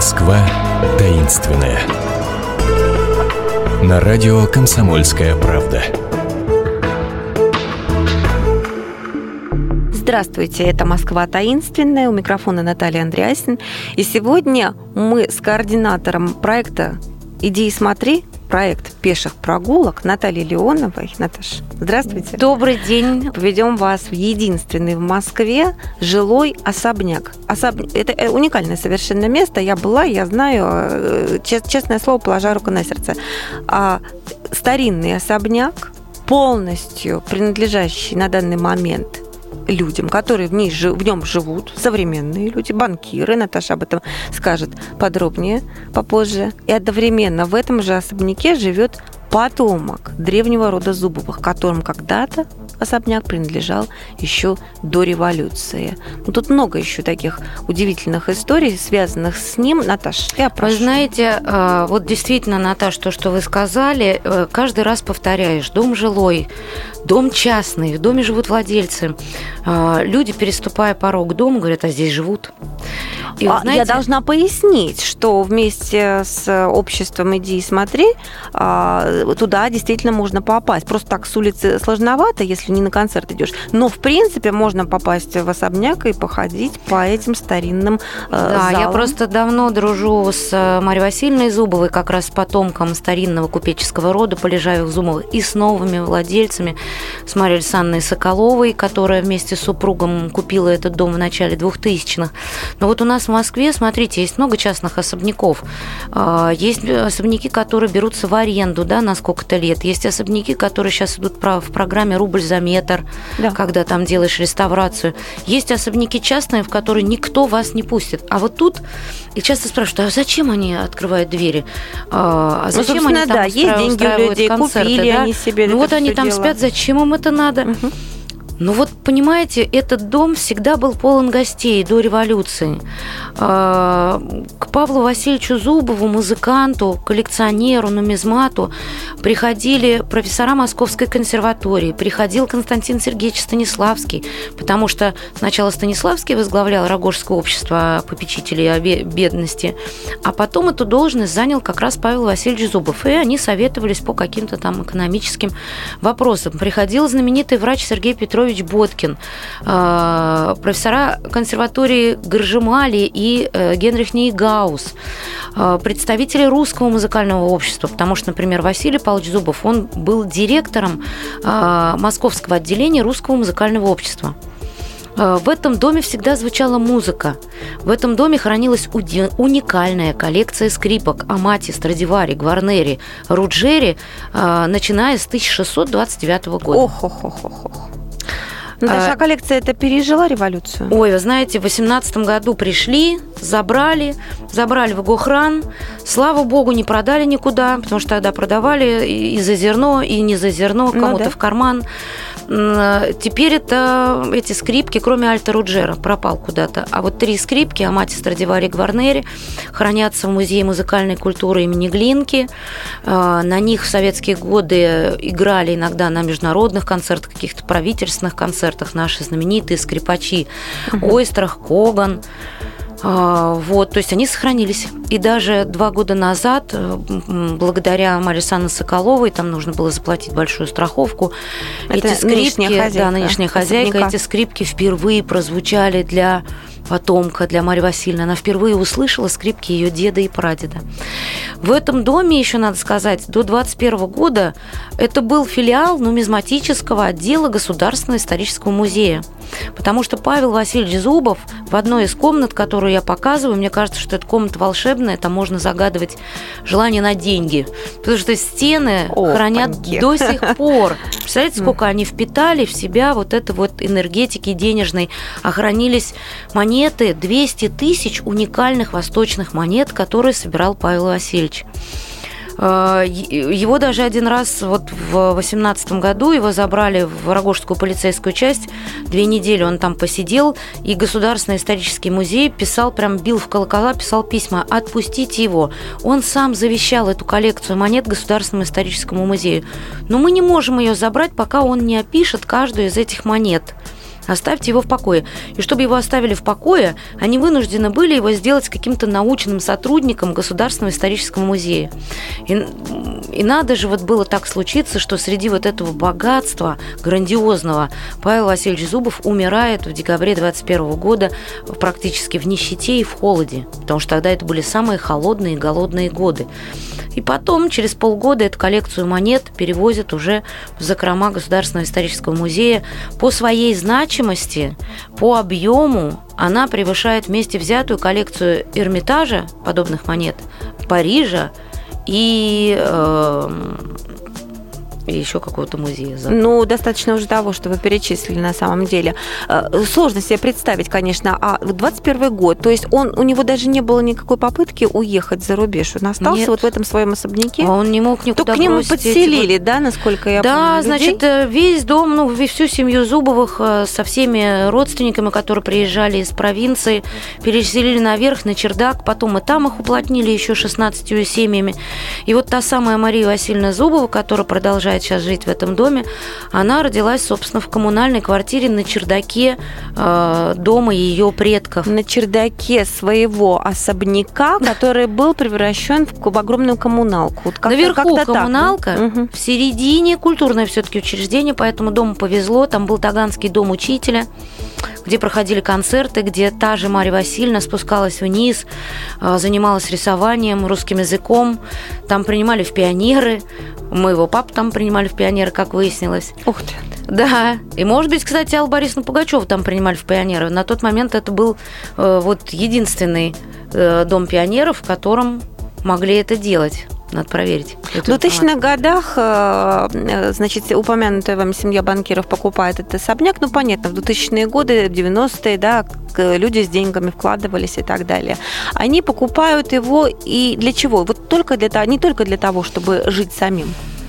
Москва таинственная. На радио «Комсомольская правда». Здравствуйте, это «Москва таинственная», у микрофона Наталья Андреасин. И сегодня мы с координатором проекта «Иди и смотри», проект пеших прогулок Натальей Леоновой. Наташа, здравствуйте. Добрый день. Поведем вас в единственный в Москве жилой особняк. Это уникальное совершенно место. Я была, я знаю, честное слово, положа руку на сердце. Старинный особняк, полностью принадлежащий на данный момент людям, которые в нем живут, современные люди, банкиры. Наташа об этом скажет подробнее попозже. И одновременно в этом же особняке живет потомок древнего рода Зубовых, которым когда-то особняк принадлежал еще до революции. Тут много еще таких удивительных историй, связанных с ним. Наташа, я прошу. Вы знаете, вот действительно, Наташа, то, что вы сказали, каждый раз повторяешь. Дом жилой, дом частный, в доме живут владельцы. Люди, переступая порог дома, говорят, а здесь живут. И, знаете, я должна пояснить, что вместе с обществом «Иди и смотри» туда действительно можно попасть. Просто так с улицы сложновато, если не на концерт идешь. Но, в принципе, можно попасть в особняк и походить по этим старинным залам. Я просто давно дружу с Марьей Васильевной Зубовой, как раз с потомком старинного купеческого рода Полежаевых-Зубовых, и с новыми владельцами, с Марьей Александровной Соколовой, которая вместе с супругом купила этот дом в начале 2000-х. Но вот у нас в Москве, смотрите, есть много частных особняков. Есть особняки, которые берутся в аренду, да, на сколько-то лет. Есть особняки, которые сейчас идут в программе «Рубль за метр», да, когда там делаешь реставрацию. Есть особняки частные, в которые никто вас не пустит. А вот тут их часто спрашивают, а зачем они открывают двери? А зачем они там есть деньги у людей, концерты, купили они себе. Ну вот они там спят, зачем им это надо? Угу. Ну вот, понимаете, этот дом всегда был полон гостей до революции. К Павлу Васильевичу Зубову, музыканту, коллекционеру, нумизмату, приходили профессора Московской консерватории, приходил Константин Сергеевич Станиславский, потому что сначала Станиславский возглавлял Рогожское общество попечителей о бедности, а потом эту должность занял как раз Павел Васильевич Зубов, и они советовались по каким-то там экономическим вопросам. Приходил знаменитый врач Сергей Петрович Боткин, профессора консерватории Горжемали и Генрих Нейгаус, представители Русского музыкального общества, потому что, например, Василий Павлович Зубов, он был директором московского отделения Русского музыкального общества. В этом доме всегда звучала музыка. В этом доме хранилась уникальная коллекция скрипок Амати, Страдивари, Гварнери, Руджери, начиная с 1629 года. Ох-ох-ох-ох. Наша коллекция это пережила революцию? Ой, вы знаете, в 18 году пришли, забрали в Гохран. Слава богу, не продали никуда, потому что тогда продавали и за зерно, и не за зерно, кому-то в карман. Теперь эти скрипки, кроме альта Руджера, пропал куда-то. А вот 3 скрипки Амати, Страдивари, Гварнери хранятся в Музее музыкальной культуры имени Глинки. На них в советские годы играли иногда на международных концертах, каких-то правительственных концертах наши знаменитые скрипачи Ойстрах, Коган. Вот, то есть они сохранились. И даже 2 года назад, благодаря Марье Александровне Соколовой, там нужно было заплатить большую страховку. Это эти скрипки, нынешняя хозяйка, эти скрипки впервые прозвучали для потомка, для Марьи Васильевны. Она впервые услышала скрипки ее деда и прадеда. В этом доме, еще надо сказать, до 21 года это был филиал нумизматического отдела Государственного исторического музея. Потому что Павел Васильевич Зубов в одной из комнат, которую я показываю, мне кажется, что эта комната волшебная, там можно загадывать желание на деньги. Потому что стены хранят до сих пор. Представляете, сколько они впитали в себя вот это вот энергетики денежной. А хранились монеты, 200 тысяч уникальных восточных монет, которые собирал Павел Васильевич. Его даже один раз вот в 2018 году его забрали в Рогожскую полицейскую часть. 2 недели он там посидел, и Государственный исторический музей писал, прям бил в колокола, писал письма: отпустите его. Он сам завещал эту коллекцию монет Государственному историческому музею. Но мы не можем ее забрать, пока он не опишет каждую из этих монет. Оставьте его в покое. И чтобы его оставили в покое, они вынуждены были его сделать каким-то научным сотрудником Государственного исторического музея. И надо же вот было так случиться, что среди вот этого богатства грандиозного Павел Васильевич Зубов умирает в декабре 21 года практически в нищете и в холоде, потому что тогда это были самые холодные и голодные годы. И потом, через полгода, эту коллекцию монет перевозят уже в закрома Государственного исторического музея. По своей значимости, по объему она превышает вместе взятую коллекцию Эрмитажа подобных монет, Парижа и еще какого-то музея. Ну, достаточно уже того, что вы перечислили на самом деле. Сложно себе представить, конечно, а 21 год, то есть у него даже не было никакой попытки уехать за рубеж. Он остался Нет. вот в этом своем особняке. Он не мог никуда бросить. Только к нему подселили, вот... да, насколько я помню, Да, людей? значит, весь дом, всю семью Зубовых со всеми родственниками, которые приезжали из провинции, переселили наверх, на чердак, потом и там их уплотнили еще 16 семьями. И вот та самая Мария Васильевна Зубова, которая продолжает сейчас жить в этом доме, она родилась, собственно, в коммунальной квартире на чердаке дома ее предков. На чердаке своего особняка, который был превращен в огромную коммуналку. Вот наверху как-то коммуналка, так, да? в середине культурное все-таки учреждение, поэтому дому повезло. Там был Таганский дом учителя, где проходили концерты, где та же Марья Васильевна спускалась вниз, занималась рисованием, русским языком. Там принимали в пионеры. Моего папу там принимали в пионеры, как выяснилось. Ух ты. Да. И, может быть, кстати, Аллу Борисовну Пугачёву там принимали в пионеры. На тот момент это был вот единственный дом пионеров, в котором могли это делать. Надо проверить. В 2000-х годах, значит, упомянутая вами семья банкиров покупает этот особняк. Ну, понятно, в 2000-е годы, в 90-е, да, люди с деньгами вкладывались и так далее. Они покупают его и для чего? Вот только для того, не только для того, чтобы жить самим.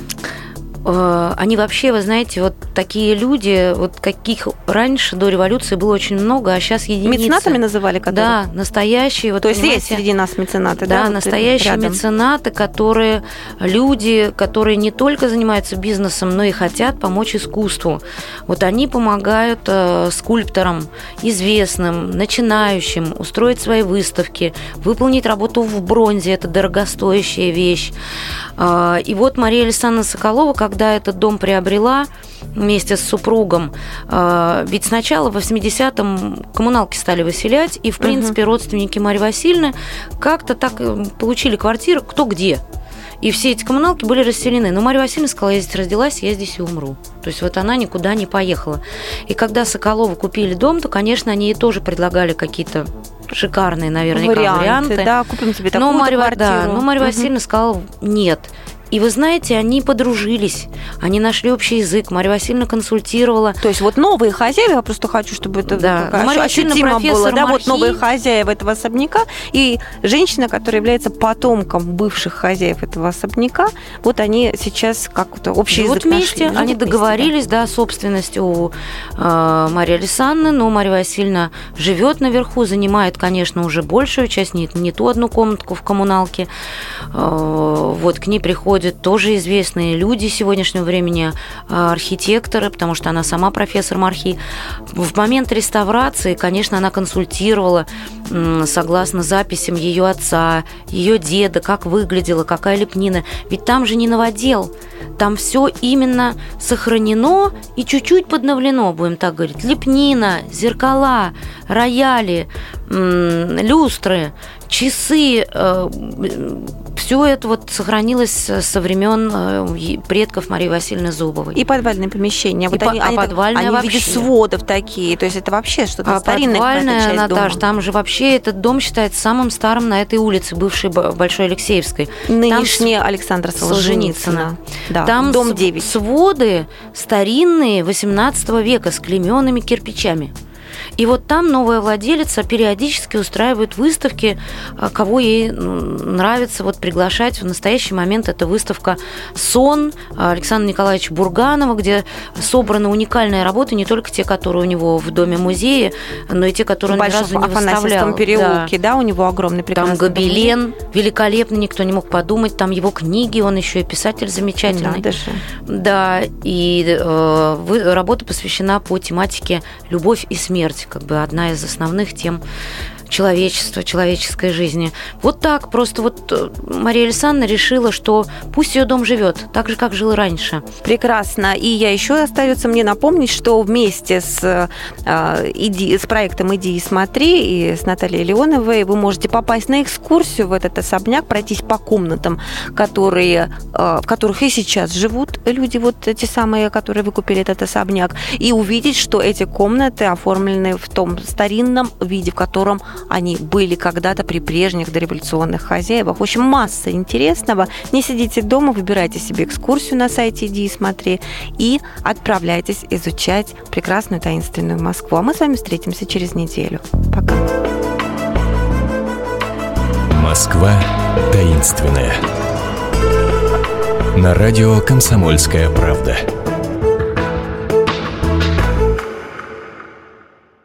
Они вообще, вы знаете, вот такие люди, вот каких раньше до революции было очень много, а сейчас единицы. Меценатами называли которых? Да, настоящие. Вот, то есть есть среди нас меценаты, да? Да, вот настоящие меценаты, которые люди, которые не только занимаются бизнесом, но и хотят помочь искусству. Вот они помогают скульпторам, известным, начинающим устроить свои выставки, выполнить работу в бронзе, это дорогостоящая вещь. И вот Мария Александровна Соколова, когда этот дом приобрела вместе с супругом, ведь сначала в 80-м коммуналки стали выселять, и, в принципе, родственники Марьи Васильевны как-то так получили квартиру кто где. И все эти коммуналки были расселены. Но Марья Васильевна сказала, я здесь родилась, я здесь и умру. То есть вот она никуда не поехала. И когда Соколовы купили дом, то, конечно, они ей тоже предлагали какие-то шикарные, наверняка, варианты. Да, купим тебе такую квартиру. Да, но Марья Васильевна сказала нет. И вы знаете, они подружились, они нашли общий язык, Марья Васильевна консультировала. То есть вот новые хозяева, я просто хочу, чтобы это ощутимо было, да, вот новые хозяева этого особняка и женщина, которая является потомком бывших хозяев этого особняка, вот они сейчас как-то общий язык нашли. Вот вместе они договорились, да, собственность у Марии Александровны, но Марья Васильевна живет наверху, занимает, конечно, уже большую часть, не ту одну комнатку в коммуналке. Вот к ней приходят тоже известные люди сегодняшнего времени, архитекторы, потому что она сама профессор МАРХИ. В момент реставрации, конечно, она консультировала, согласно записям ее отца, ее деда, как выглядела, какая лепнина. Ведь там же не новодел, там все именно сохранено и чуть-чуть подновлено, будем так говорить. Лепнина, зеркала, рояли, люстры, часы, все это вот сохранилось со времен предков Марии Васильевны Зубовой. И подвальные помещения. Вот они в виде сводов такие. То есть это вообще что-то старинное. Подвальная, часть Наташа, дома. там же вообще этот дом считается самым старым на этой улице, бывшей Большой Алексеевской. Нынешняя Александра Солженицына. Да, там дом 9. Своды старинные 18 века с клеймёнными кирпичами. И вот там новая владелица периодически устраивает выставки, кого ей нравится вот приглашать. В настоящий момент это выставка «Сон» Александра Николаевича Бурганова, где собраны уникальные работы, не только те, которые у него в доме-музее, но и те, которые он ни разу не выставлял. В Афанасьевском переулке, да, у него огромный прекрасный там гобелен великолепный, никто не мог подумать, там его книги, он еще и писатель замечательный. Надо же. Да, и работа посвящена по тематике «Любовь и смерть», как бы одна из основных тем человечества, человеческой жизни. Вот так просто вот Мария Александровна решила, что пусть ее дом живет так же, как жил раньше. Прекрасно. И еще остается мне напомнить, что вместе с проектом «Иди и смотри» и с Натальей Леоновой вы можете попасть на экскурсию в этот особняк, пройтись по комнатам, в которых и сейчас живут люди, вот те самые, которые выкупили этот особняк, и увидеть, что эти комнаты оформлены в том старинном виде, в котором они были когда-то при прежних дореволюционных хозяевах. В общем, масса интересного. Не сидите дома, выбирайте себе экскурсию на сайте «Иди и смотри» и отправляйтесь изучать прекрасную таинственную Москву. А мы с вами встретимся через неделю. Пока. Москва таинственная. На радио «Комсомольская правда».